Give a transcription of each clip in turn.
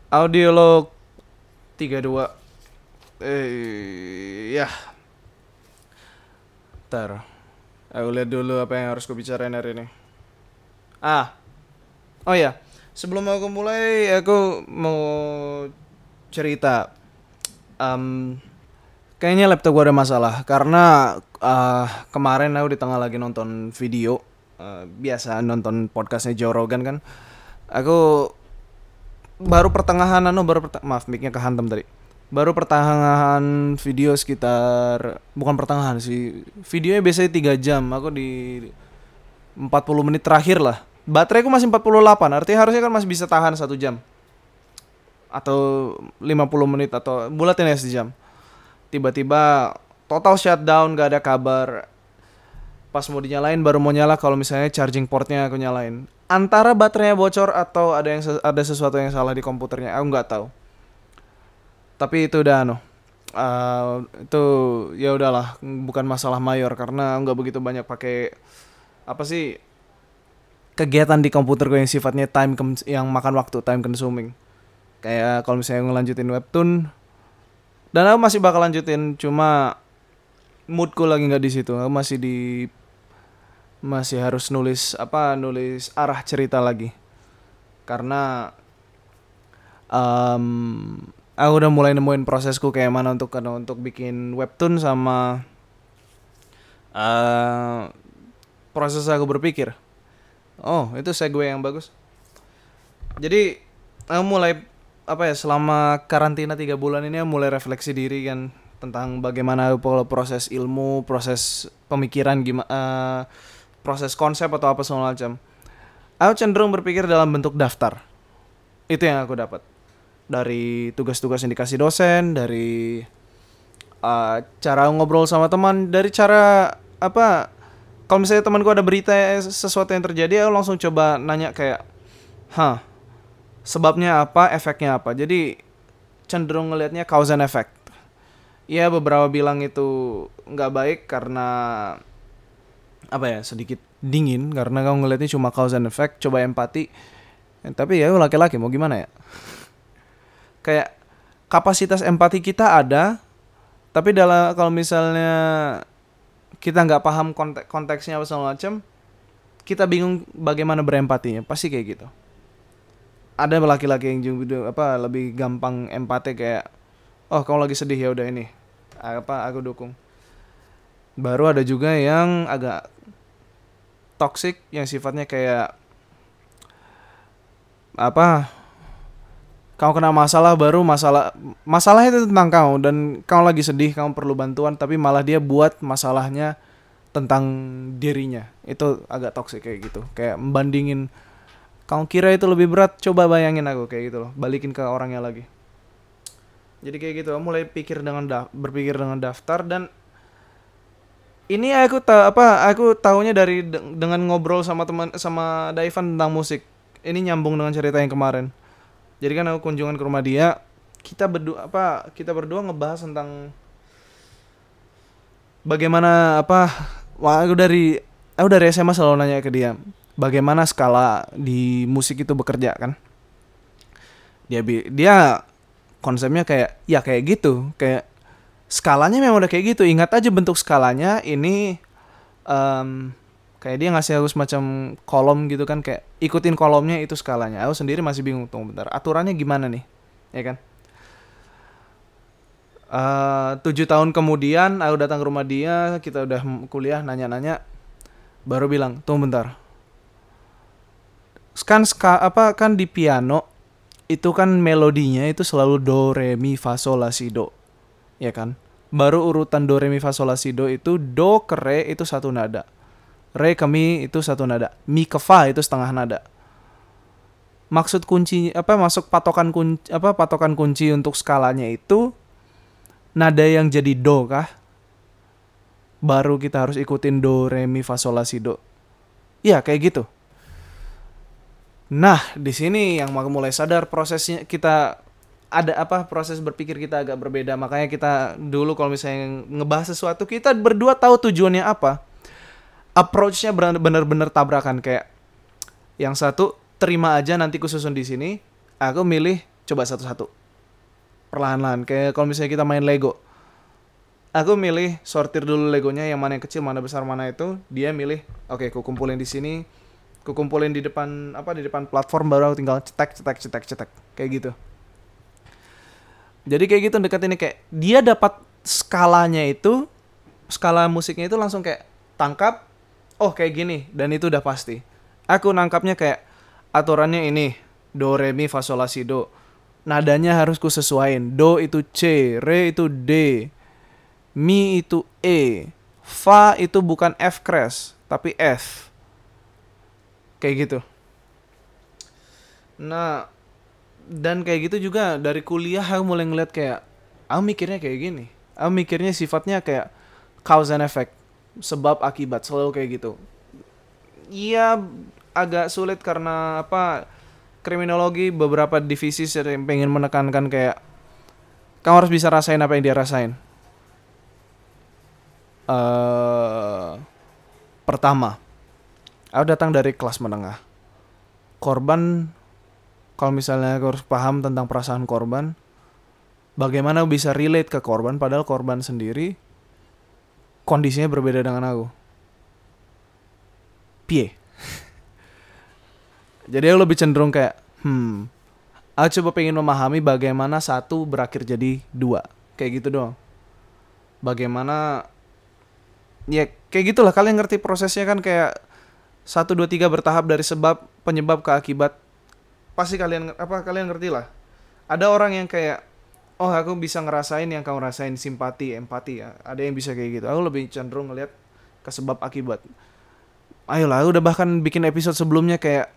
Audio log 32. Ya, ntar. Aku lihat dulu apa yang harus ku bicarain hari ini. Ah, oh ya. Sebelum aku mulai, aku mau cerita. Em, Kayaknya laptop gua ada masalah karena kemarin aku di tengah lagi nonton video. Biasa nonton podcastnya Joe Rogan kan. Aku baru pertengahan maaf mic-nya kehantam tadi. Baru pertengahan video sekitar, bukan pertengahan sih. Videonya biasanya 3 jam. Aku di 40 menit terakhir lah. Bateraiku masih 48, artinya harusnya kan masih bisa tahan 1 jam atau 50 menit atau bulatin ya sejam. Tiba-tiba total shutdown, gak ada kabar. Pas mau dinyalain baru mau nyala kalau misalnya charging portnya aku nyalain. Antara baterainya bocor atau ada sesuatu yang salah di komputernya, aku nggak tahu. Tapi itu udah itu ya udahlah, bukan masalah mayor karena nggak begitu banyak pakai apa sih kegiatan di komputer gue yang sifatnya yang makan waktu, time consuming. Kayak kalau misalnya ngelanjutin webtoon, dan aku masih bakal lanjutin, cuma moodku lagi nggak di situ. Aku masih harus nulis arah cerita lagi karena um, aku udah mulai nemuin prosesku kayak mana untuk bikin webtoon sama uh, proses aku berpikir. Oh, itu segue yang bagus. Jadi aku mulai selama karantina 3 bulan ini aku mulai refleksi diri kan tentang bagaimana pola proses ilmu, proses pemikiran, gimana proses konsep atau apa segala macam. Aku cenderung berpikir dalam bentuk daftar. Itu yang aku dapat dari tugas-tugas yang dikasih dosen, dari cara ngobrol sama teman, dari cara kalau misalnya temanku ada berita sesuatu yang terjadi, aku langsung coba nanya kayak, sebabnya apa, efeknya apa. Jadi cenderung ngelihatnya cause and effect. Ya beberapa bilang itu nggak baik karena sedikit dingin karena kamu ngelihatnya cuma cause and effect. Coba empati. Tapi ya laki-laki mau gimana ya? Kayak kapasitas empati kita ada, tapi kalau misalnya kita nggak paham konteksnya apa segala macam, kita bingung bagaimana berempatinya. Pasti kayak gitu. Ada laki-laki yang lebih gampang empati kayak, oh kamu lagi sedih ya udah ini aku dukung. Baru ada juga yang agak toxic yang sifatnya kayak kamu kena masalah, baru masalah itu tentang kamu dan kamu lagi sedih, kamu perlu bantuan, tapi malah dia buat masalahnya tentang dirinya. Itu agak toxic kayak gitu, kayak membandingin. Kamu kira itu lebih berat, coba bayangin aku kayak gitu loh, balikin ke orangnya lagi. Jadi kayak gitu, aku mulai berpikir dengan daftar. Dan ini aku tahunya dengan ngobrol sama Daivan tentang musik. Ini nyambung dengan cerita yang kemarin. Jadi kan aku kunjungan ke rumah dia, kita berdua ngebahas tentang bagaimana aku dari SMA selalu nanya ke dia, bagaimana skala di musik itu bekerja kan. Dia konsepnya kayak ya kayak gitu, kayak skalanya memang udah kayak gitu. Ingat aja bentuk skalanya ini, kayak dia ngasih aku semacam kolom gitu kan, kayak ikutin kolomnya itu skalanya. Aku sendiri masih bingung, tunggu bentar, aturannya gimana nih, ya kan? 7 tahun kemudian aku datang ke rumah dia, kita udah kuliah, nanya-nanya, baru bilang, tunggu bentar, kan di piano itu kan melodinya itu selalu do re mi fa sol la si do, ya kan? Baru urutan do re mi fa sol la si do itu do ke re itu satu nada, re ke mi itu satu nada, mi ke fa itu setengah nada. Maksud kunci patokan kunci untuk skalanya itu nada yang jadi do kah? Baru kita harus ikutin do re mi fa sol la si do. Iya kayak gitu. Nah, di sini yang mulai sadar prosesnya kita proses berpikir kita agak berbeda. Makanya kita dulu kalau misalnya ngebahas sesuatu, kita berdua tahu tujuannya apa. Approach-nya benar-benar tabrakan, kayak yang satu terima aja nanti ku susun di sini. Aku milih coba satu-satu. Perlahan-lahan. Kayak kalau misalnya kita main Lego. Aku milih sortir dulu Legonya, yang mana yang kecil, mana besar, mana itu. Dia milih, oke, aku kumpulin di sini. Aku kumpulin di depan di depan platform, baru aku tinggal cetek kayak gitu. Jadi kayak gitu dekat ini, kayak dia dapat skalanya itu, skala musiknya itu langsung kayak tangkap, oh kayak gini, dan itu udah pasti. Aku nangkapnya kayak aturannya ini, do re mi fa sol la si do. Nadanya harus ku sesuaiin. Do itu C, re itu D, mi itu E, fa itu bukan F crash tapi F. Kayak gitu. Nah, dan kayak gitu juga dari kuliah aku mulai ngeliat kayak, aku mikirnya kayak gini. Aku mikirnya sifatnya kayak cause and effect, sebab akibat, selalu kayak gitu. Iya, agak sulit karena kriminologi beberapa divisi sering pengen menekankan kayak kamu harus bisa rasain apa yang dia rasain. Pertama, aku datang dari kelas menengah. Korban, kalau misalnya aku harus paham tentang perasaan korban, bagaimana bisa relate ke korban padahal korban sendiri kondisinya berbeda dengan aku. Pie. Jadi aku lebih cenderung kayak, aku coba pengen memahami bagaimana satu berakhir jadi dua. Kayak gitu doang. Bagaimana, ya kayak gitulah, kalian ngerti prosesnya kan, kayak 1, 2, 3 bertahap dari sebab, penyebab ke akibat. Pasti kalian ngerti lah. Ada orang yang kayak, oh aku bisa ngerasain yang kamu rasain, simpati, empati ya. Ada yang bisa kayak gitu. Aku lebih cenderung ngeliat ke sebab akibat. Ayolah, aku udah bahkan bikin episode sebelumnya kayak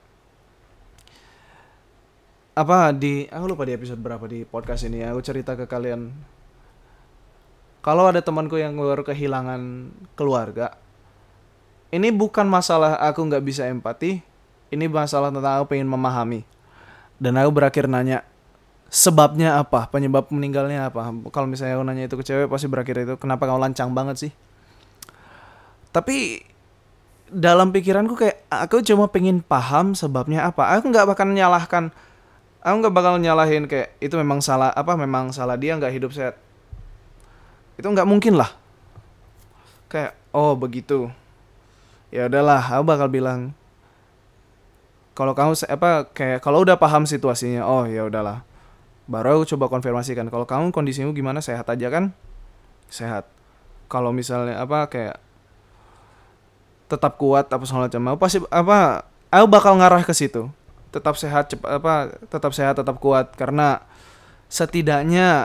aku lupa di episode berapa di podcast ini ya. Aku cerita ke kalian, kalau ada temanku yang baru kehilangan keluarga, ini bukan masalah aku nggak bisa empati, ini masalah tentang aku pengen memahami. Dan aku berakhir nanya, sebabnya apa, penyebab meninggalnya apa. Kalau misalnya aku nanya itu ke cewek, pasti berakhir itu, kenapa kamu lancang banget sih. Tapi dalam pikiranku kayak, aku cuma pengen paham sebabnya apa. Aku nggak bakal nyalahin kayak itu memang salah dia nggak hidup sehat. Itu nggak mungkin lah. Kayak, oh begitu, ya udahlah, aku bakal bilang, kalau kamu kayak kalau udah paham situasinya, oh ya udahlah, baru aku coba konfirmasikan, kalau kamu kondisimu gimana, sehat aja kan? Sehat. Kalau misalnya kayak tetap kuat apa segala macam, aku pasti aku bakal ngarah ke situ. Tetap sehat, tetap sehat, tetap kuat, karena setidaknya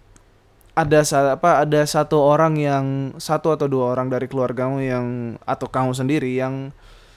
ada satu atau dua orang dari keluargamu yang, atau kamu sendiri yang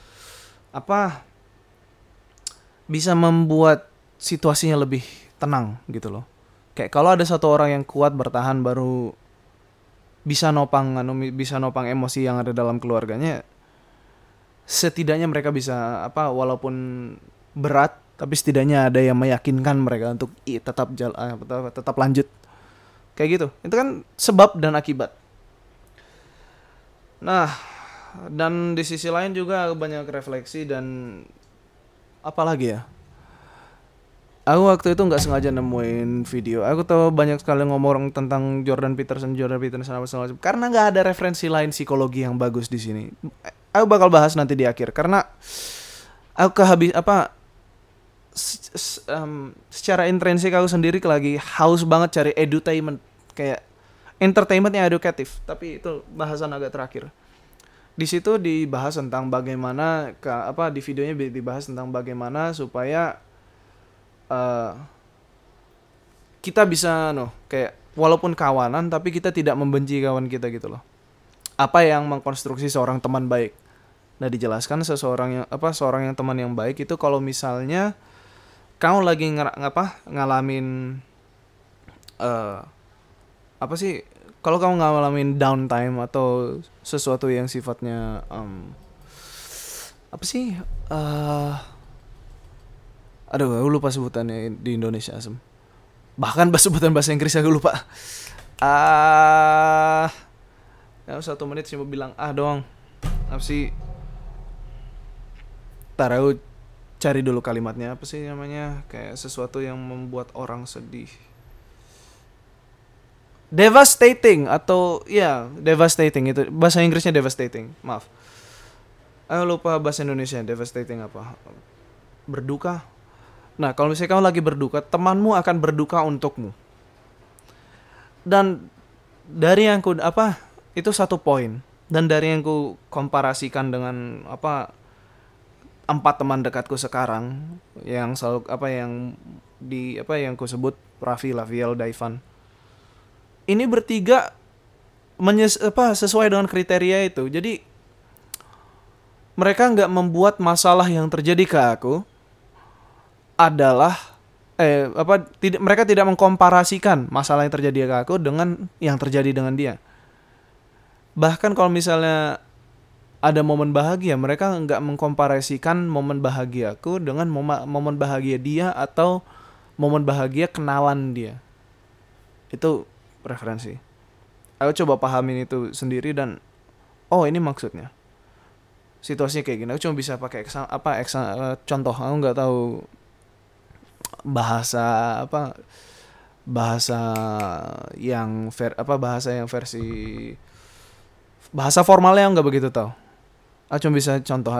bisa membuat situasinya lebih tenang gitu loh. Kayak kalau ada satu orang yang kuat bertahan, baru bisa nopang emosi yang ada dalam keluarganya. Setidaknya mereka bisa walaupun berat, tapi setidaknya ada yang meyakinkan mereka untuk tetap lanjut. Kayak gitu. Itu kan sebab dan akibat. Nah, dan di sisi lain juga banyak refleksi dan apalagi ya. Aku waktu itu nggak sengaja nemuin video. Aku tahu banyak sekali ngomong tentang Jordan Peterson apa segala macam. Karena nggak ada referensi lain psikologi yang bagus di sini. Aku bakal bahas nanti di akhir. Karena aku secara intrinsik aku sendiri lagi haus banget cari edutainment, kayak entertainment yang edukatif. Tapi itu bahasan agak terakhir. Di situ dibahas tentang bagaimana di videonya dibahas tentang bagaimana supaya kita bisa kayak walaupun kawanan tapi kita tidak membenci kawan kita gitu loh. Apa yang mengkonstruksi seorang teman baik. Nah, dijelaskan seorang yang teman yang baik itu kalau misalnya kamu lagi ngalamin kalau kamu ngalamin downtime atau sesuatu yang sifatnya aduh, aku lupa sebutannya di Indonesia, asem. Bahkan sebutan bahasa Inggris aku lupa. Ya 1 menit cuma bilang doang. Apa sih? Aku cari dulu kalimatnya apa sih namanya, kayak sesuatu yang membuat orang sedih. Devastating atau ya devastating, itu bahasa Inggrisnya devastating, maaf. Lupa bahasa Indonesia devastating apa, berduka. Nah kalau misalnya kamu lagi berduka, temanmu akan berduka untukmu. Dan dari yang ku apa, itu satu poin. Dan dari yang ku komparasikan dengan apa, 4 teman dekatku sekarang yang selalu apa, yang di apa yang ku sebut Raffi, Laviel, Daivan. Ini bertiga sesuai dengan kriteria itu. Jadi mereka nggak membuat masalah yang terjadi ke aku adalah mereka tidak mengkomparasikan masalah yang terjadi ke aku dengan yang terjadi dengan dia. Bahkan kalau misalnya ada momen bahagia, mereka nggak mengkomparasikan momen bahagiaku dengan momen bahagia dia atau momen bahagia kenalan dia. Itu preferensi. Aku coba pahamin itu sendiri dan oh ini maksudnya. Situasinya kayak gini. Aku cuma bisa pakai contoh. Aku nggak tahu bahasa bahasa yang versi bahasa formalnya nggak begitu tahu. Aku cuma bisa contoh.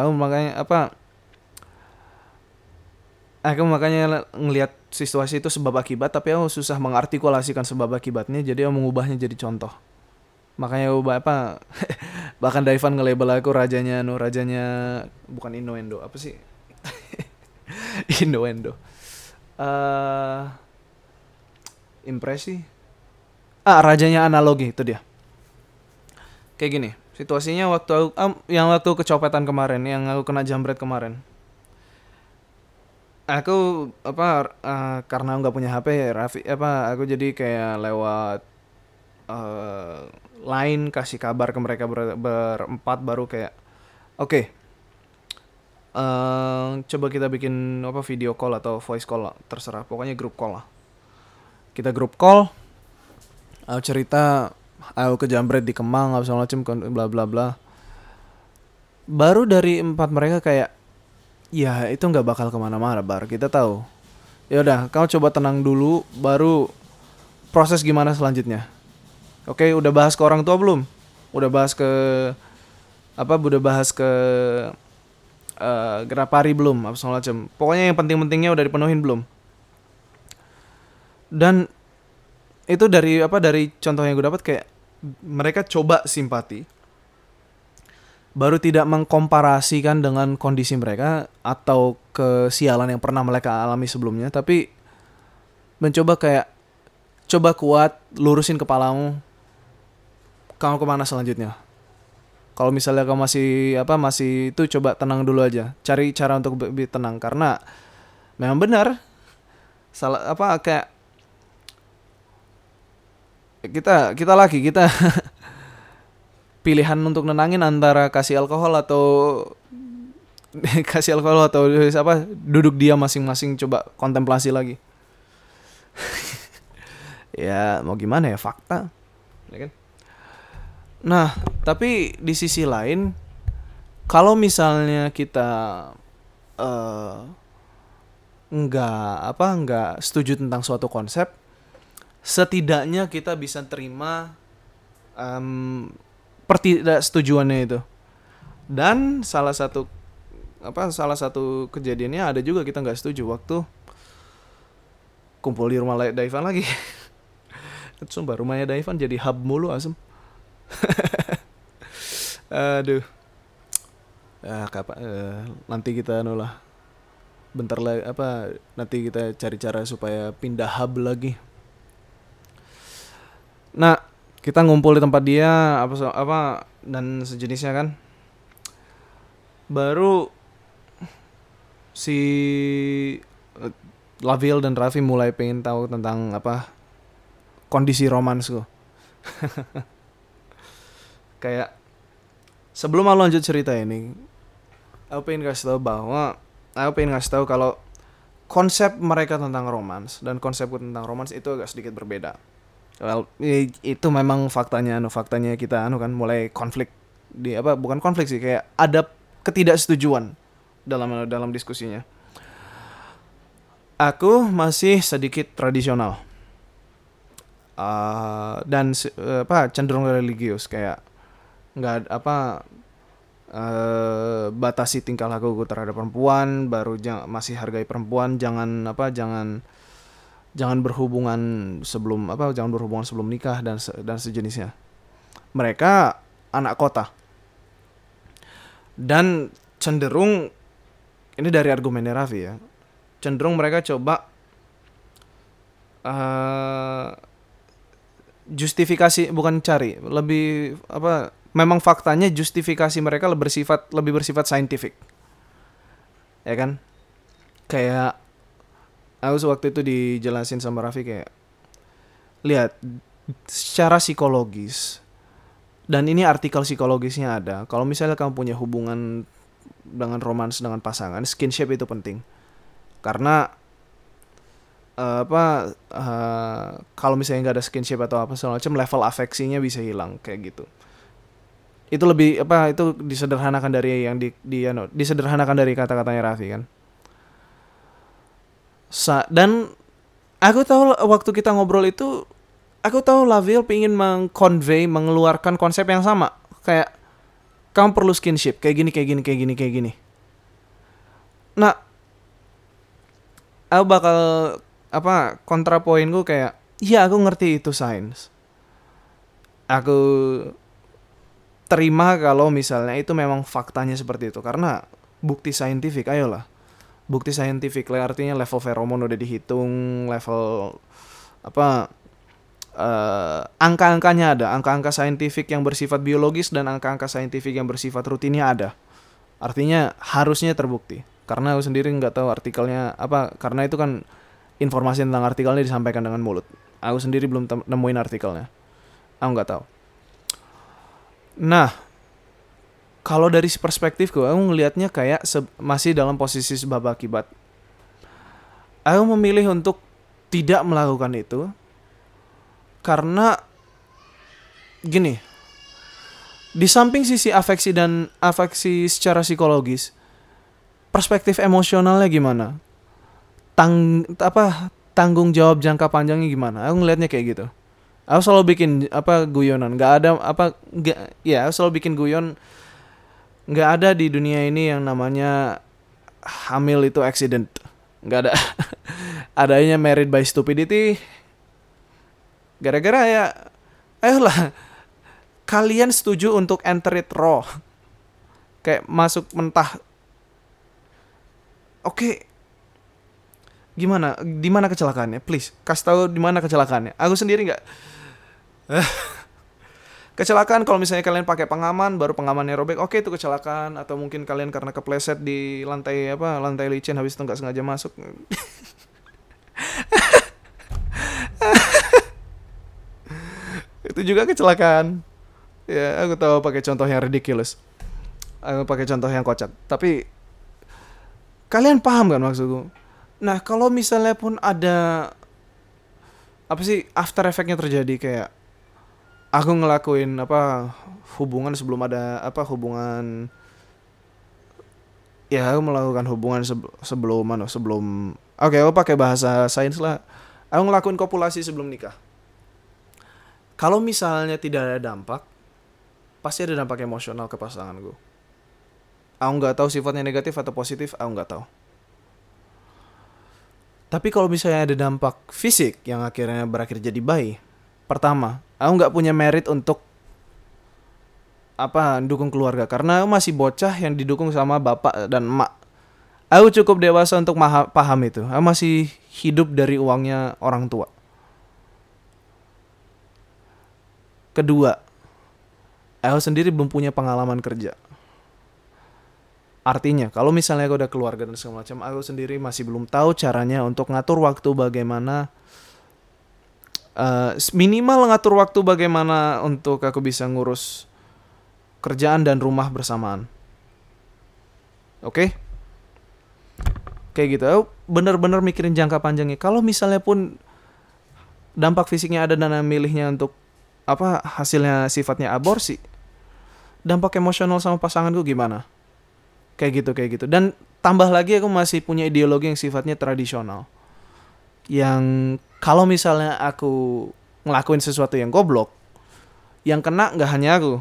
Aku makanya ngelihat situasi itu sebab akibat, tapi aku susah mengartikulasikan sebab akibatnya, jadi aku mengubahnya jadi contoh. Makanya bahkan Daivan nge-label aku rajanya bukan innuendo, apa sih? Innuendo. Impresi. Rajanya analogi, itu dia. Kayak gini, situasinya waktu waktu kecopetan kemarin, yang aku kena jambret kemarin. Aku karena nggak punya HP, aku jadi kayak lewat line kasih kabar ke mereka berempat, baru kayak oke, coba kita bikin video call atau voice call lah, terserah, pokoknya grup call lah. Kita grup call, aku cerita aku kejambret di Kemang apa segala macam bla bla bla. Baru dari 4 mereka kayak, ya itu nggak bakal kemana-mana Bar, kita tahu. Ya udah, kamu coba tenang dulu, baru proses gimana selanjutnya. Oke, udah bahas ke orang tua belum? Udah bahas ke Grapari belum? Apa segala macam. Pokoknya yang penting-pentingnya udah dipenuhin belum? Dan itu dari contoh yang gue dapat, kayak mereka coba simpati, baru tidak mengkomparasikan dengan kondisi mereka atau kesialan yang pernah mereka alami sebelumnya, tapi mencoba kayak, coba kuat, lurusin kepalamu, kamu kemana selanjutnya. Kalau misalnya kamu masih itu, coba tenang dulu aja, cari cara untuk lebih tenang, karena memang benar kayak kita pilihan untuk nenangin antara kasih alkohol atau duduk diam masing-masing, coba kontemplasi lagi. Ya mau gimana ya, fakta ya kan. Nah tapi di sisi lain, kalau misalnya kita nggak setuju tentang suatu konsep, setidaknya kita bisa terima pertidaksetujuannya itu. Dan salah satu kejadiannya ada juga kita nggak setuju waktu kumpul di rumah Daivan lagi. Sumpah rumahnya Daivan jadi hub mulu, asem. Aduh. Nanti kita bentar lagi nanti kita cari cara supaya pindah hub lagi. Nah, kita ngumpul di tempat dia dan sejenisnya kan. Baru si Laviel dan Raffi mulai pengen tahu tentang kondisi romansku. Kayak sebelum aku lanjut cerita ini, aku pengen kasih tahu kalau konsep mereka tentang romans dan konsepku tentang romans itu agak sedikit berbeda. Well, itu memang faktanya kita kan mulai konflik bukan konflik sih, kayak ada ketidaksetujuan dalam diskusinya. Aku masih sedikit tradisional. Dan cenderung religius, kayak nggak batasi tingkah laku terhadap perempuan, baru masih hargai perempuan, jangan berhubungan sebelum nikah dan sejenisnya. Mereka anak kota dan cenderung, ini dari argumennya Raffi ya, cenderung mereka coba justifikasi, bukan cari, lebih memang faktanya justifikasi mereka lebih bersifat saintifik, ya kan? Kayak aku waktu itu dijelasin sama Raffi, kayak lihat secara psikologis, dan ini artikel psikologisnya ada, kalau misalnya kamu punya hubungan dengan romans dengan pasangan, skinship itu penting. Karena kalau misalnya nggak ada skinship atau apa segala macam, level afeksinya bisa hilang kayak gitu. Itu lebih itu disederhanakan dari yang disederhanakan dari kata-katanya Raffi kan. Dan aku tahu waktu kita ngobrol itu, aku tahu Laville pengen mengeluarkan konsep yang sama, kayak kamu perlu skinship kayak gini. Nah, aku bakal kontrapoin gue kayak, iya aku ngerti itu sains, aku terima kalau misalnya itu memang faktanya seperti itu, karena bukti saintifik, ayolah, bukti saintifik lah, artinya level feromon udah dihitung, level angka-angkanya ada, angka-angka saintifik yang bersifat biologis dan angka-angka saintifik yang bersifat rutinnya ada, artinya harusnya terbukti. Karena aku sendiri nggak tahu artikelnya karena itu kan informasi tentang artikelnya disampaikan dengan mulut. Aku sendiri belum nemuin artikelnya. Aku nggak tahu. Nah, kalau dari perspektifku, aku ngelihatnya kayak masih dalam posisi sebab akibat. Aku memilih untuk tidak melakukan itu karena gini, di samping sisi afeksi secara psikologis, perspektif emosionalnya gimana? Tanggung jawab jangka panjangnya gimana? Aku ngelihatnya kayak gitu. Aku selalu bikin guyonan. Aku selalu bikin guyon. Nggak ada di dunia ini yang namanya hamil itu accident. Nggak ada. Adanya married by stupidity. Gara-gara ya, ayolah, kalian setuju untuk enter it raw, kayak masuk mentah. Oke. Gimana? Di mana kecelakaannya? Please, kasih tahu di mana kecelakaannya. Aku sendiri nggak. Kecelakaan kalau misalnya kalian pakai pengaman, baru pengamannya robek, oke itu kecelakaan. Atau mungkin kalian karena kepleset di lantai licin, habis itu nggak sengaja masuk. Itu juga kecelakaan. Ya, aku tahu pakai contoh yang ridiculous. Aku pakai contoh yang kocak. Tapi kalian paham kan maksudku? Nah, kalau misalnya pun ada after effect-nya terjadi, kayak aku ngelakuin hubungan sebelum ada hubungan, ya aku melakukan hubungan sebelum aku pakai bahasa sains lah, aku ngelakuin kopulasi sebelum nikah. Kalau misalnya tidak ada dampak, pasti ada dampak emosional ke pasangan gue. Aku nggak tahu sifatnya negatif atau positif, aku nggak tahu. Tapi kalau misalnya ada dampak fisik yang akhirnya berakhir jadi bayi, pertama, aku nggak punya merit untuk dukung keluarga, karena aku masih bocah yang didukung sama bapak dan emak. Aku cukup dewasa untuk paham itu. Aku masih hidup dari uangnya orang tua. Kedua, aku sendiri belum punya pengalaman kerja. Artinya, kalau misalnya aku udah keluarga dan segala macam, aku sendiri masih belum tahu caranya untuk ngatur waktu bagaimana, minimal ngatur waktu bagaimana untuk aku bisa ngurus kerjaan dan rumah bersamaan. Oke? Kayak gitu. Aku bener-bener mikirin jangka panjangnya. Kalau misalnya pun dampak fisiknya ada dan milihnya untuk hasilnya sifatnya aborsi, dampak emosional sama pasanganku gimana? Kayak gitu. Dan tambah lagi aku masih punya ideologi yang sifatnya tradisional. yang kalau misalnya aku ngelakuin sesuatu yang goblok, yang kena nggak hanya aku,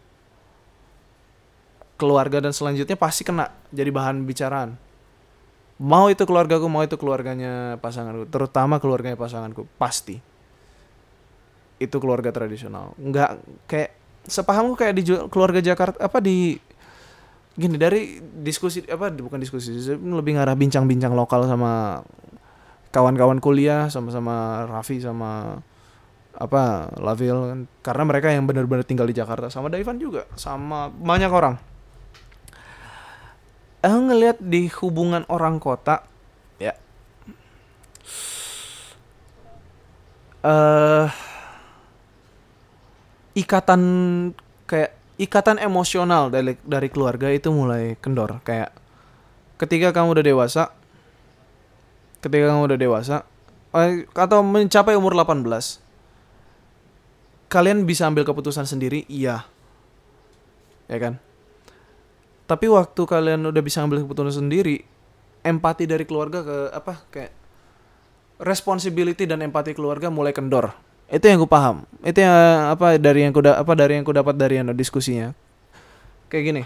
keluarga dan selanjutnya pasti kena jadi bahan bicaraan. Mau itu keluargaku, mau itu keluarganya pasanganku, terutama keluarganya pasanganku, pasti itu keluarga tradisional. Nggak kayak sepahamku kayak di keluarga Jakarta apa di gini dari diskusi apa bukan diskusi lebih ngarah bincang-bincang lokal sama kawan-kawan kuliah sama-sama Raffi sama apa Lavil kan. Karena mereka yang benar-benar tinggal di Jakarta sama Daivan juga sama banyak orang. Ngelihat di hubungan orang kota ya eh ikatan kayak ikatan emosional dari keluarga itu mulai kendor kayak ketika kamu udah dewasa atau mencapai umur 18 kalian bisa ambil keputusan sendiri iya ya kan tapi waktu kalian udah bisa ambil keputusan sendiri empati dari keluarga ke apa kayak responsibility dan empati keluarga mulai kendor itu yang gue paham itu yang dari yang ku dapat dari diskusinya kayak gini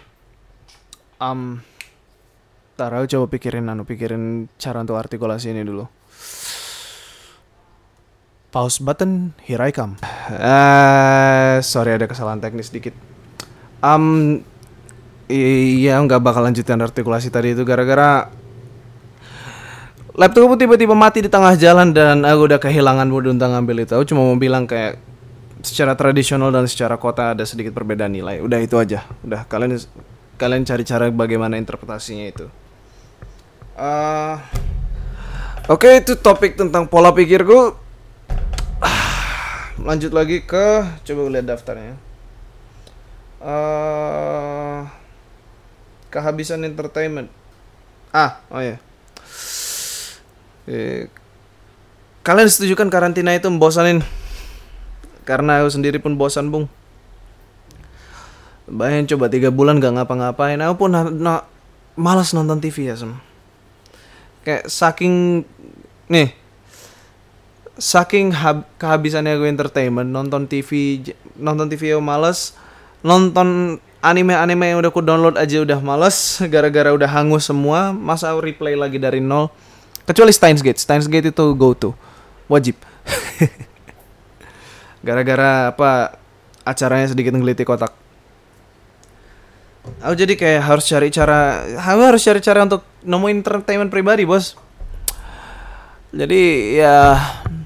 Aku coba pikirin cara untuk artikulasi ini dulu. Pause button, here I come. Sorry ada kesalahan teknis dikit. Iya nggak bakal lanjutin artikulasi tadi itu gara-gara laptopku tiba-tiba mati di tengah jalan dan aku udah kehilangan mood untuk ngambil itu. Aku cuma mau bilang kayak secara tradisional dan secara kota ada sedikit perbedaan nilai. Udah itu aja. Udah kalian cari cara bagaimana interpretasinya itu. Oke, itu topik tentang pola pikirku. Lanjut lagi ke coba lihat daftarnya. Kehabisan entertainment. Oh ya. Kalian setuju kan karantina itu membosanin? Karena aku sendiri pun bosan, Bung. Bayangin coba 3 bulan gak ngapa-ngapain. Aku pun malas nonton TV ya, Sem. Kayak saking kehabisannya gue entertainment, nonton TV aku males, nonton anime yang udah ku download aja udah males gara-gara udah hangus semua, masa aku replay lagi dari nol. Kecuali Steins Gate itu go to wajib. Gara-gara acaranya sedikit menggelitik otak. Aku jadi kayak harus cari cara untuk nemuin entertainment pribadi, bos. Jadi ya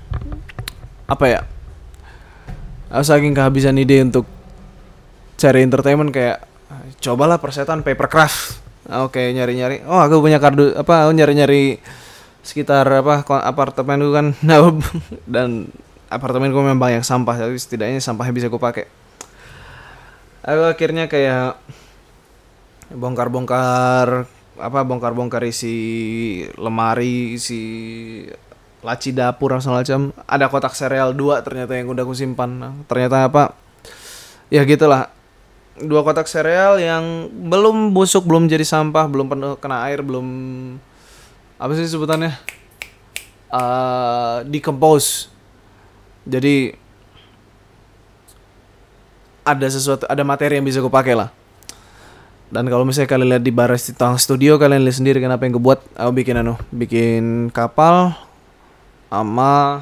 aku saking kehabisan ide untuk cari entertainment kayak cobalah persetan papercraft. Oke, nyari-nyari. Oh, aku punya kardu aku nyari-nyari sekitar apartemenku kan. Dan apartemenku memang banyak sampah, tapi setidaknya sampahnya bisa aku pakai. Aku akhirnya kayak bongkar-bongkar isi lemari, isi laci dapur macam. Ada kotak sereal 2 ternyata yang udah aku simpan. Ternyata ya gitulah. 2 kotak sereal yang belum busuk, belum jadi sampah, belum penuh kena air, belum apa sih sebutannya? Decompose. Jadi ada materi yang bisa aku pakai lah. Dan kalau misalnya kalian lihat di baris di tengah studio, kalian lihat sendiri kenapa yang gue buat. Aku bikin kapal sama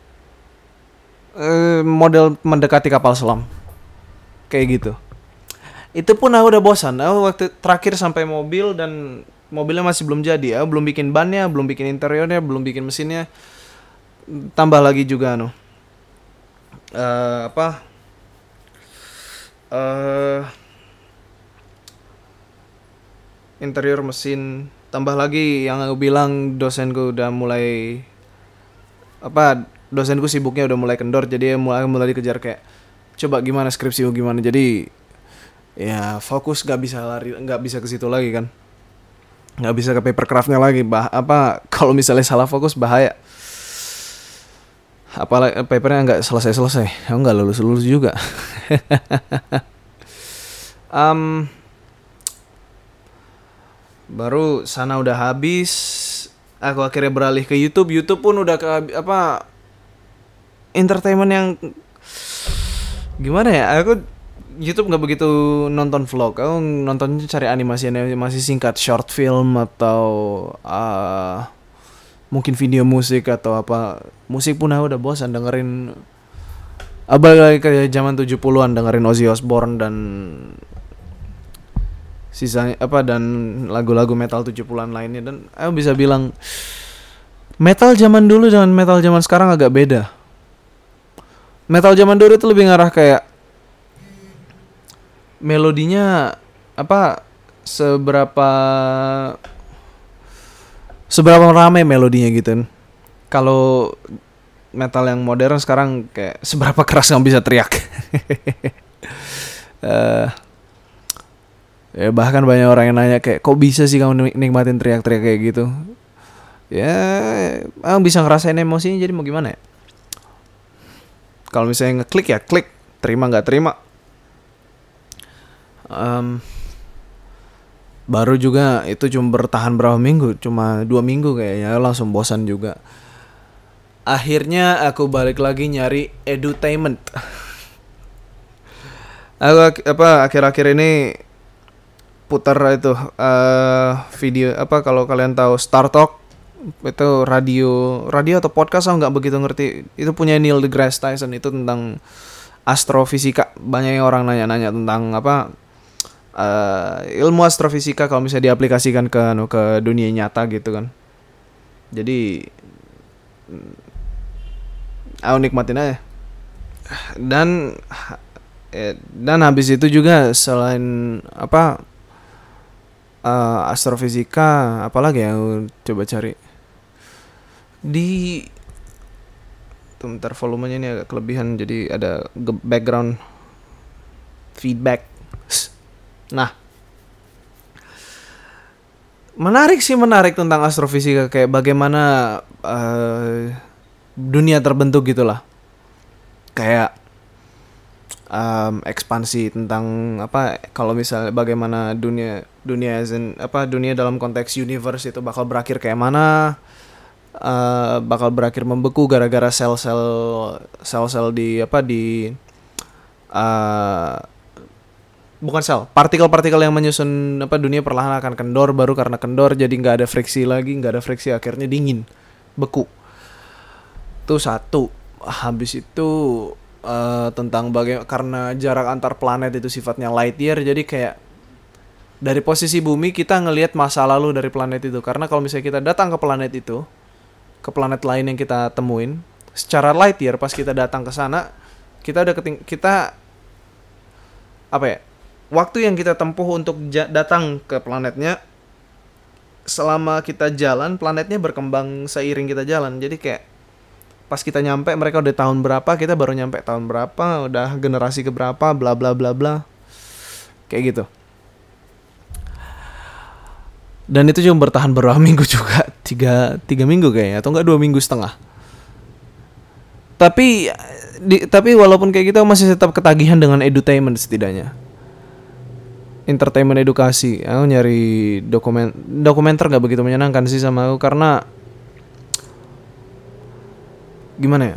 model mendekati kapal selam kayak gitu. Itu pun aku udah bosan. Aku waktu terakhir sampai mobil dan mobilnya masih belum jadi. Aku belum bikin bannya, belum bikin interiornya, belum bikin mesinnya. Tambah lagi juga interior mesin, tambah lagi yang aku bilang dosenku sibuknya udah mulai kendor, jadi mulai dikejar kayak coba gimana skripsi gimana, jadi ya fokus nggak bisa ke situ lagi kan, nggak bisa ke papercraftnya lagi, kalau misalnya salah fokus bahaya, apalagi papernya nggak selesai, aku nggak lulus juga. Baru sana udah habis, Aku akhirnya beralih ke YouTube. YouTube pun udah ke apa, entertainment yang gimana ya? Aku YouTube nggak begitu nonton vlog. Aku nontonnya cari animasi singkat, short film atau mungkin video musik atau apa. Musik pun aku udah bosan dengerin. Abang kayak zaman 70-an dengerin Ozzy Osbourne dan sisanya apa, dan lagu-lagu metal 70-an lainnya. Dan aku bisa bilang metal zaman dulu dengan metal zaman sekarang agak beda. Metal zaman dulu itu lebih ngarah kayak melodinya apa, seberapa ramai melodinya gitu. Kalau metal yang modern sekarang kayak seberapa keras kamu bisa teriak. Ya bahkan banyak orang yang nanya kayak kok bisa sih kamu nikmatin teriak-teriak kayak gitu. Ya aku bisa ngerasain emosinya, jadi mau gimana ya. Kalau misalnya ngeklik ya klik, terima nggak terima. Baru juga itu cuma bertahan berapa minggu, cuma 2 minggu kayaknya, langsung bosan juga. Akhirnya aku balik lagi nyari edutainment. Aku akhir-akhir ini putar itu video apa, kalau kalian tahu Star Talk, itu radio atau podcast, aku nggak begitu ngerti. Itu punya Neil deGrasse Tyson, itu tentang astrofisika. Banyak orang nanya-nanya tentang apa, ilmu astrofisika kalau misalnya diaplikasikan ke dunia nyata gitu kan. Jadi aku nikmatin aja. Dan habis itu juga selain apa, astrofisika, apalagi yang aku coba cari di bentar, volumenya ini agak kelebihan jadi ada background feedback. Nah, menarik tentang astrofisika, kayak bagaimana dunia terbentuk gitulah. Kayak ekspansi tentang apa, kalau misalnya bagaimana dunia dalam konteks universe itu bakal berakhir kayak mana, bakal berakhir membeku gara-gara sel-sel di apa, di bukan sel, partikel-partikel yang menyusun apa dunia perlahan akan kendor, baru karena kendor jadi nggak ada friksi akhirnya dingin, beku. Itu satu. Habis itu tentang karena jarak antar planet itu sifatnya light year, jadi kayak dari posisi bumi kita ngelihat masa lalu dari planet itu. Karena kalau misalnya kita datang ke planet itu, ke planet lain yang kita temuin secara light year, pas kita datang ke sana kita udah kita apa ya, waktu yang kita tempuh untuk datang ke planetnya, selama kita jalan planetnya berkembang seiring kita jalan. Jadi kayak pas kita nyampe mereka udah tahun berapa, kita baru nyampe tahun berapa, udah generasi keberapa, bla bla bla bla, kayak gitu. Dan itu cuma bertahan berapa minggu juga, 3 minggu kayaknya, atau enggak 2 minggu setengah. Tapi walaupun kayak gitu masih tetap ketagihan dengan edutainment setidaknya. Entertainment edukasi. Aku nyari dokumenter nggak begitu menyenangkan sih sama aku, karena gimana ya?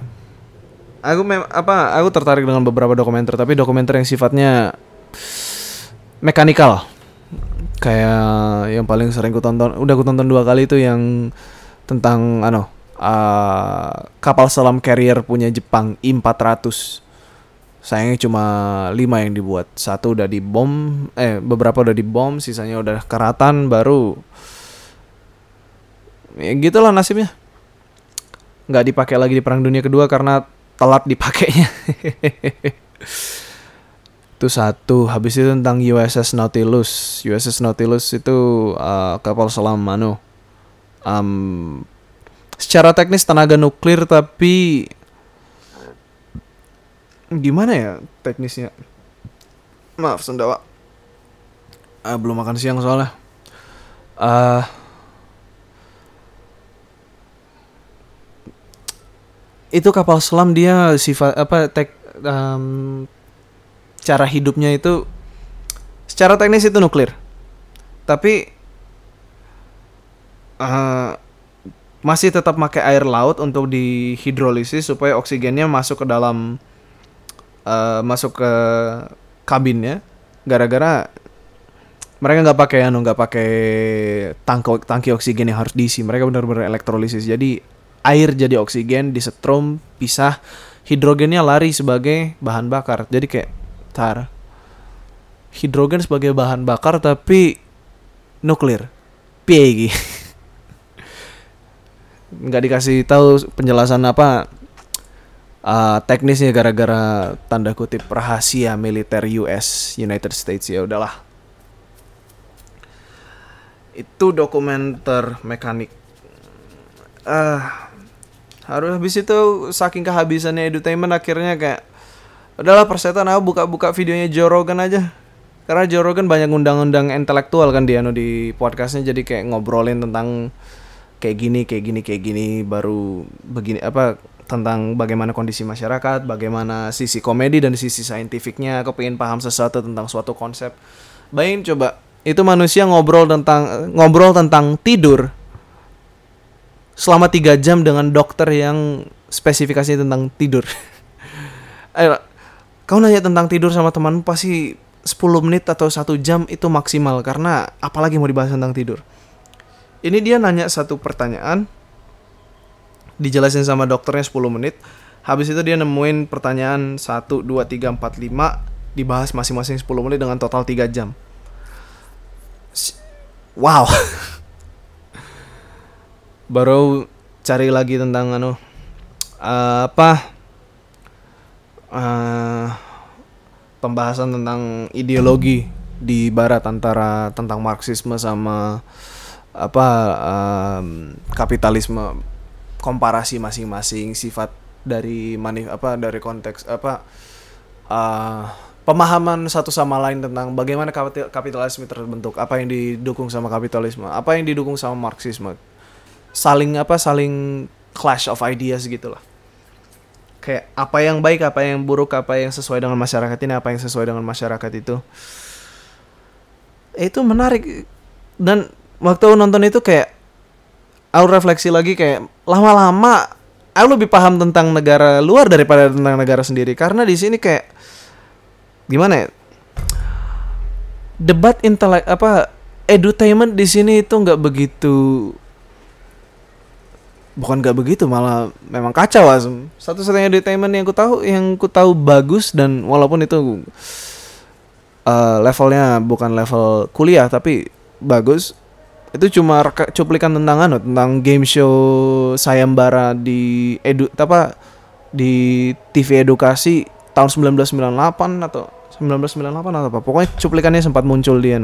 Aku tertarik dengan beberapa dokumenter, tapi dokumenter yang sifatnya mekanikal. Kayak yang paling sering ku tonton 2 kali itu yang tentang kapal selam carrier punya Jepang, I-400. Sayangnya cuma 5 yang dibuat. Satu udah dibom, beberapa udah dibom, sisanya udah karatan, baru ya gitulah nasibnya. Nggak dipakai lagi di Perang Dunia Kedua karena telat dipakainya. Itu satu. Habis itu tentang USS Nautilus. USS Nautilus itu kapal selam secara teknis tenaga nuklir, tapi gimana ya teknisnya? Maaf sendawa. Belum makan siang soalnya. Itu kapal selam dia sifat apa cara hidupnya itu secara teknis itu nuklir, tapi masih tetap pakai air laut untuk dihidrolisis supaya oksigennya masuk ke dalam masuk ke kabinnya. Gara-gara mereka nggak pakai tangki oksigen yang harus diisi. Mereka benar-benar elektrolisis. Jadi air jadi oksigen, disetrum, pisah, hidrogennya lari sebagai bahan bakar. Jadi kayak hidrogen sebagai bahan bakar tapi nuklir. Piye nggak dikasih tahu penjelasan apa teknisnya gara-gara tanda kutip rahasia militer United States. Ya udahlah. Itu dokumenter mekanik. Harus habis itu saking kehabisannya edutainment akhirnya kayak udahlah persetan aku buka videonya Joe Rogan aja. Karena Joe Rogan banyak undang-undang intelektual kan dia di podcastnya, jadi kayak ngobrolin tentang kayak gini baru begini apa tentang bagaimana kondisi masyarakat, bagaimana sisi komedi dan sisi saintifiknya. Aku pengen paham sesuatu tentang suatu konsep. Bayangin coba, itu manusia ngobrol tentang tidur selama 3 jam dengan dokter yang spesifikasinya tentang tidur. Ayo, kau nanya tentang tidur sama temanmu pasti 10 menit atau 1 jam itu maksimal, karena apalagi mau dibahas tentang tidur. Ini dia nanya satu pertanyaan, dijelasin sama dokternya 10 menit. Habis itu dia nemuin pertanyaan 1, 2, 3, 4, 5, dibahas masing-masing 10 menit dengan total 3 jam. Wow. Baru cari lagi tentang pembahasan tentang ideologi di barat antara tentang Marxisme sama kapitalisme, komparasi masing-masing sifat dari dari konteks pemahaman satu sama lain tentang bagaimana kapitalisme terbentuk, apa yang didukung sama kapitalisme, apa yang didukung sama Marxisme, saling clash of ideas gitulah. Kayak apa yang baik, apa yang buruk, apa yang sesuai dengan masyarakat ini, apa yang sesuai dengan masyarakat itu. Itu menarik. Dan waktu aku nonton itu kayak aku refleksi lagi, kayak lama-lama aku lebih paham tentang negara luar daripada tentang negara sendiri. Karena di sini kayak gimana ya? Debat edutainment di sini itu nggak begitu. Bukan gak begitu, malah memang kacau asem. Satu-satunya edutainment yang ku tahu bagus, dan walaupun itu levelnya bukan level kuliah tapi bagus, itu cuma cuplikan tentang tentang game show sayembara di TV edukasi tahun 1998 atau 1998 atau apa. Pokoknya cuplikannya sempat muncul di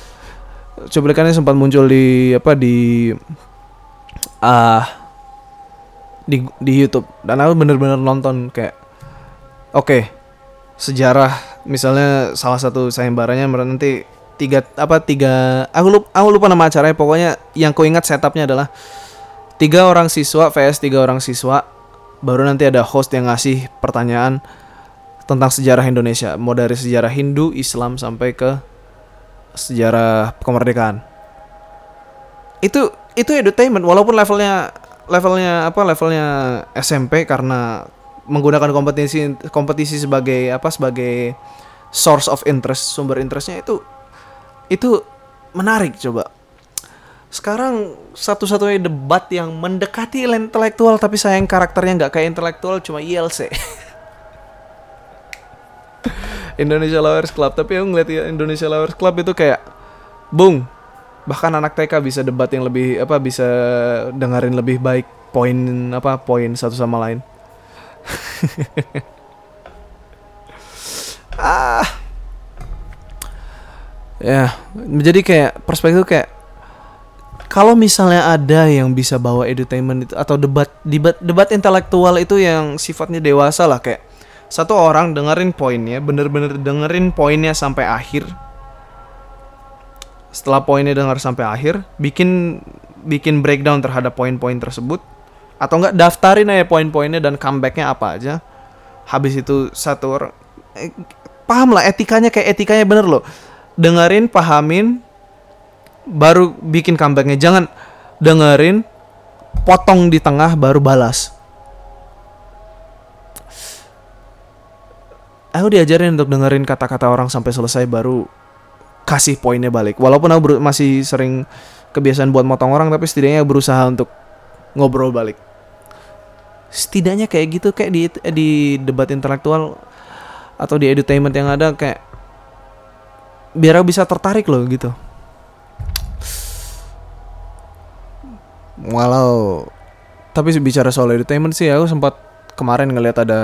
di YouTube, dan aku bener-bener nonton kayak oke, sejarah misalnya salah satu sayembaranya nanti tiga aku lupa nama acaranya, pokoknya yang ku ingat setupnya adalah 3 orang siswa vs 3 orang siswa, baru nanti ada host yang ngasih pertanyaan tentang sejarah Indonesia, mau dari sejarah Hindu, Islam sampai ke sejarah kemerdekaan. Itu edutainment walaupun levelnya SMP, karena menggunakan kompetisi sebagai source of interest, sumber interestnya itu menarik. Coba sekarang satu-satunya debat yang mendekati intelektual tapi sayang karakternya nggak kayak intelektual cuma ILC. Indonesia Lovers Club. Tapi aku ngeliat Indonesia Lovers Club itu kayak bung, bahkan anak TK bisa debat yang lebih bisa dengerin lebih baik poin satu sama lain. Ya, jadi kayak perspektif kayak kalau misalnya ada yang bisa bawa edutainment itu atau debat intelektual itu yang sifatnya dewasa lah, kayak satu orang dengerin poinnya, bener-bener dengerin poinnya sampai akhir. Setelah poinnya dengar sampai akhir, bikin breakdown terhadap poin-poin tersebut, atau enggak daftarin aja poin-poinnya dan comebacknya apa aja. Habis itu satu orang paham lah etikanya bener loh. Dengerin, pahamin, baru bikin comebacknya. Jangan dengerin, potong di tengah baru balas. Aku diajarin untuk dengerin kata-kata orang sampai selesai baru kasih poinnya balik. Walaupun aku masih sering kebiasaan buat motong orang, tapi setidaknya berusaha untuk ngobrol balik. Setidaknya kayak gitu, kayak di debat intelektual atau di edutainment yang ada, kayak biar aku bisa tertarik loh gitu. Walau tapi bicara soal edutainment sih, aku sempat kemarin ngeliat ada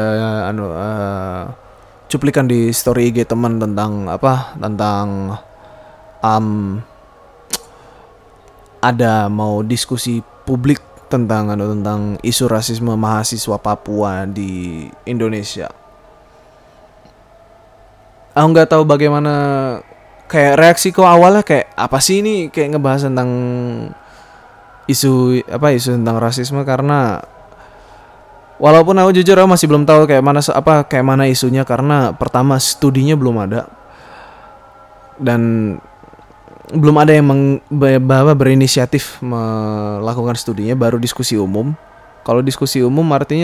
cuplikan di story IG teman tentang ada mau diskusi publik tentang isu rasisme mahasiswa Papua di Indonesia. Aku nggak tahu bagaimana kayak reaksiku awalnya, kayak apa sih ini, kayak ngebahas tentang isu tentang rasisme, karena walaupun aku jujur aku masih belum tahu kayak mana isunya, karena pertama studinya belum ada dan belum ada yang berinisiatif melakukan studinya, baru diskusi umum. Kalau diskusi umum artinya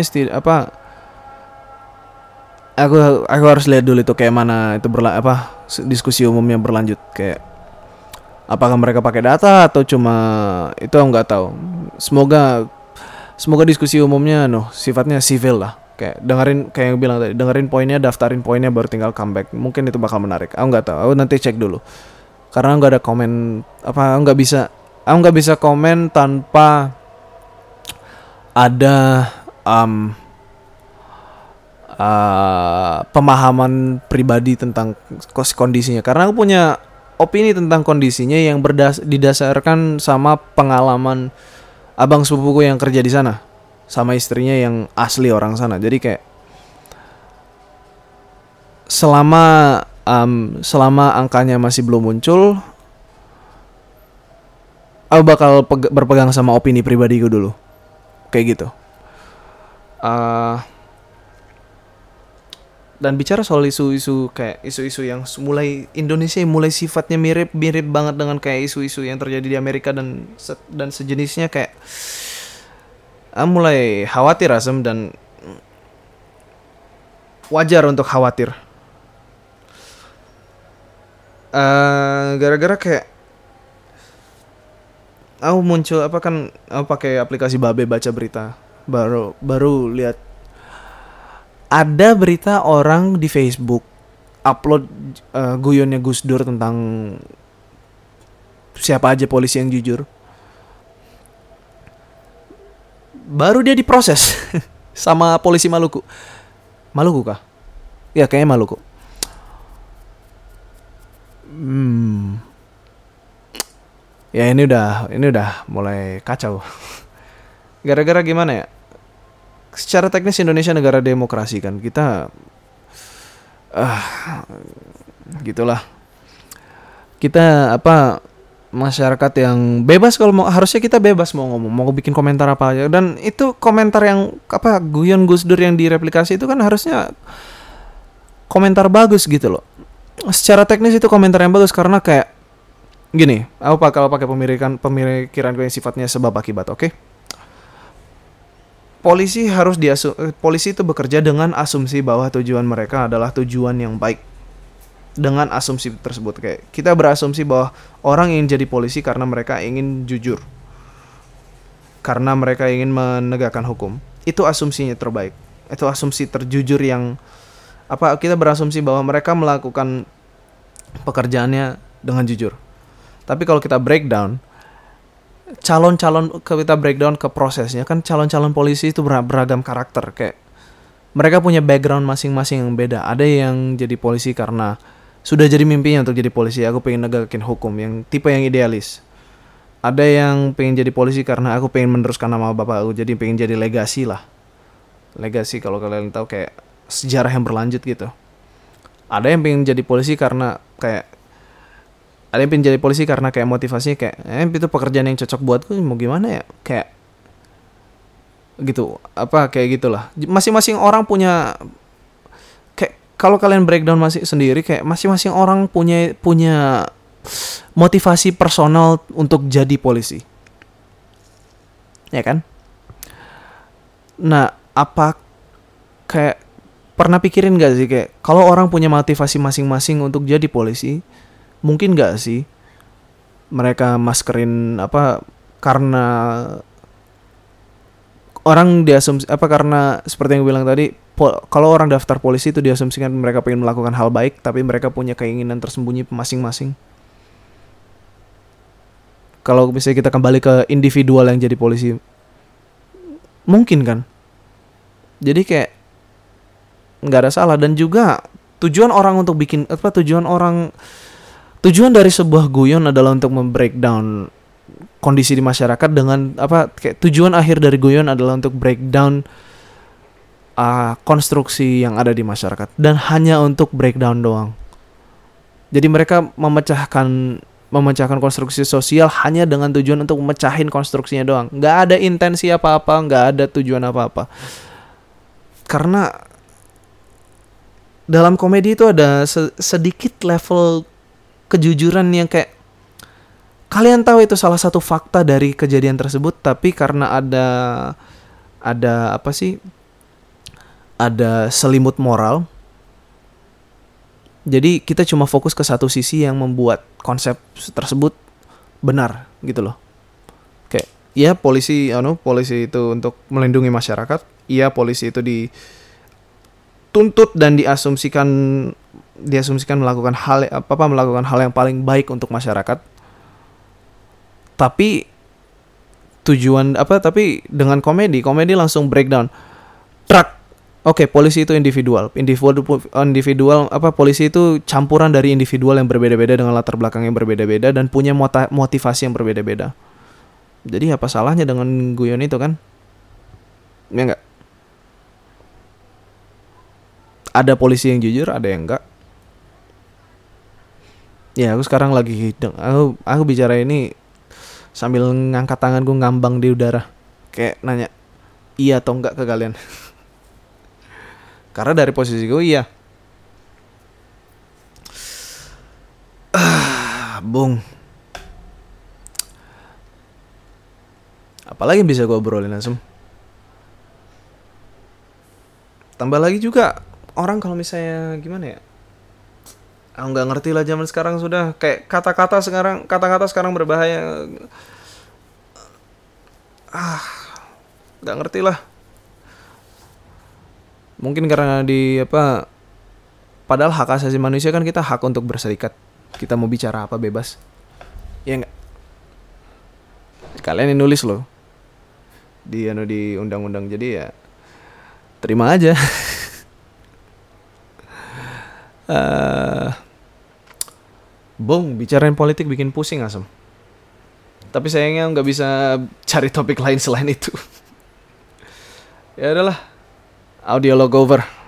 aku harus lihat dulu itu kayak mana itu diskusi umumnya berlanjut, kayak apakah mereka pakai data atau cuma itu, aku nggak tahu. Semoga diskusi umumnya sifatnya civil lah, kayak kayak yang bilang tadi, dengerin poinnya, daftarin poinnya, baru tinggal comeback. Mungkin itu bakal menarik. Aku nggak tahu, aku nanti cek dulu, karena nggak ada komen aku nggak bisa komen tanpa ada pemahaman pribadi tentang kondisinya, karena aku punya opini tentang kondisinya yang didasarkan sama pengalaman abang sepupuku yang kerja di sana sama istrinya yang asli orang sana. Jadi kayak selama angkanya masih belum muncul, aku bakal berpegang sama opini pribadiku dulu, kayak gitu. Dan bicara soal isu-isu yang Indonesia mulai sifatnya mirip banget dengan kayak isu-isu yang terjadi di Amerika dan sejenisnya, kayak mulai khawatir Asem, dan wajar untuk khawatir. Gara-gara kayak aku muncul aku pakai aplikasi Babe baca berita, baru lihat ada berita orang di Facebook upload guyonnya Gus Dur tentang siapa aja polisi yang jujur. Baru dia diproses sama polisi Maluku kah? Ya kayaknya Maluku. Ya ini udah mulai kacau. Gara-gara gimana ya? Secara teknis Indonesia negara demokrasi kan, kita gitulah. Kita masyarakat yang bebas, kalau harusnya kita bebas mau ngomong, mau bikin komentar apa aja. Dan itu komentar yang guyon Gus Dur yang direplikasi itu kan harusnya komentar bagus gitu loh. Secara teknis itu komentar yang bagus, karena kayak gini, aku bakal pakai pemikiran gue yang sifatnya sebab akibat, oke? Polisi itu bekerja dengan asumsi bahwa tujuan mereka adalah tujuan yang baik. Dengan asumsi tersebut, kayak kita berasumsi bahwa orang ingin jadi polisi karena mereka ingin jujur, karena mereka ingin menegakkan hukum. Itu asumsinya terbaik. Itu asumsi terjujur yang kita berasumsi bahwa mereka melakukan pekerjaannya dengan jujur. Tapi kalau kita breakdown ke prosesnya, kan calon-calon polisi itu beragam karakter, kayak mereka punya background masing-masing yang beda. Ada yang jadi polisi karena sudah jadi mimpinya untuk jadi polisi, aku pengen negakin hukum, yang tipe yang idealis. Ada yang pengen jadi polisi karena aku pengen meneruskan nama bapak aku, jadi pengen jadi legasi kalau kalian tahu, kayak sejarah yang berlanjut gitu. Ada yang pengen jadi polisi karena kayak motivasinya kayak itu pekerjaan yang cocok buatku, mau gimana ya, kayak gitu, kayak gitulah. Masing-masing orang punya, kayak kalau kalian breakdown sendiri, kayak masing-masing orang punya motivasi personal untuk jadi polisi, ya kan? Nah, apa kayak pernah pikirin gak sih kayak kalau orang punya motivasi masing-masing untuk jadi polisi, mungkin gak sih mereka maskerin apa karena orang diasumsi apa karena seperti yang gue bilang tadi kalau orang daftar polisi itu diasumsikan mereka pengen melakukan hal baik tapi mereka punya keinginan tersembunyi masing-masing. Kalau misalnya kita kembali ke individual yang jadi polisi, mungkin kan. Jadi kayak nggak ada salah dan juga tujuan orang untuk bikin apa tujuan dari sebuah guyon adalah untuk membreakdown kondisi di masyarakat dengan apa kayak tujuan akhir dari guyon adalah untuk breakdown konstruksi yang ada di masyarakat dan hanya untuk breakdown doang. Jadi mereka memecahkan konstruksi sosial hanya dengan tujuan untuk memecahin konstruksinya doang. Nggak ada intensi apa-apa, nggak ada tujuan apa-apa. Karena dalam komedi itu ada sedikit level kejujuran yang kayak kalian tahu itu salah satu fakta dari kejadian tersebut, tapi karena ada apa sih? Ada selimut moral. Jadi kita cuma fokus ke satu sisi yang membuat konsep tersebut benar gitu loh. Kayak ya polisi polisi itu untuk melindungi masyarakat, iya polisi itu dituntut dan diasumsikan melakukan hal yang paling baik untuk masyarakat. Tapi tapi dengan komedi langsung breakdown. Oke, polisi itu individual polisi itu campuran dari individual yang berbeda-beda dengan latar belakang yang berbeda-beda dan punya motivasi yang berbeda-beda. Jadi apa salahnya dengan guyon itu kan? Ya enggak? Ada polisi yang jujur, ada yang enggak. Ya, aku sekarang lagi aku bicara ini sambil ngangkat tanganku ngambang di udara. Kayak nanya iya atau enggak ke kalian. Karena dari posisi gue iya. Bung. Apalagi bisa gue obrolin langsung. Tambah lagi juga orang kalau misalnya gimana ya? Aku nggak ngerti lah zaman sekarang sudah kayak kata-kata sekarang berbahaya. Nggak ngerti lah. Mungkin karena padahal hak asasi manusia kan kita hak untuk berserikat. Kita mau bicara apa bebas. Ya enggak? Kalian yang nulis loh. Di undang-undang jadi ya terima aja. Bicarain politik bikin pusing asem. Tapi sayangnya nggak bisa cari topik lain selain itu. Ya udahlah. Audio log over.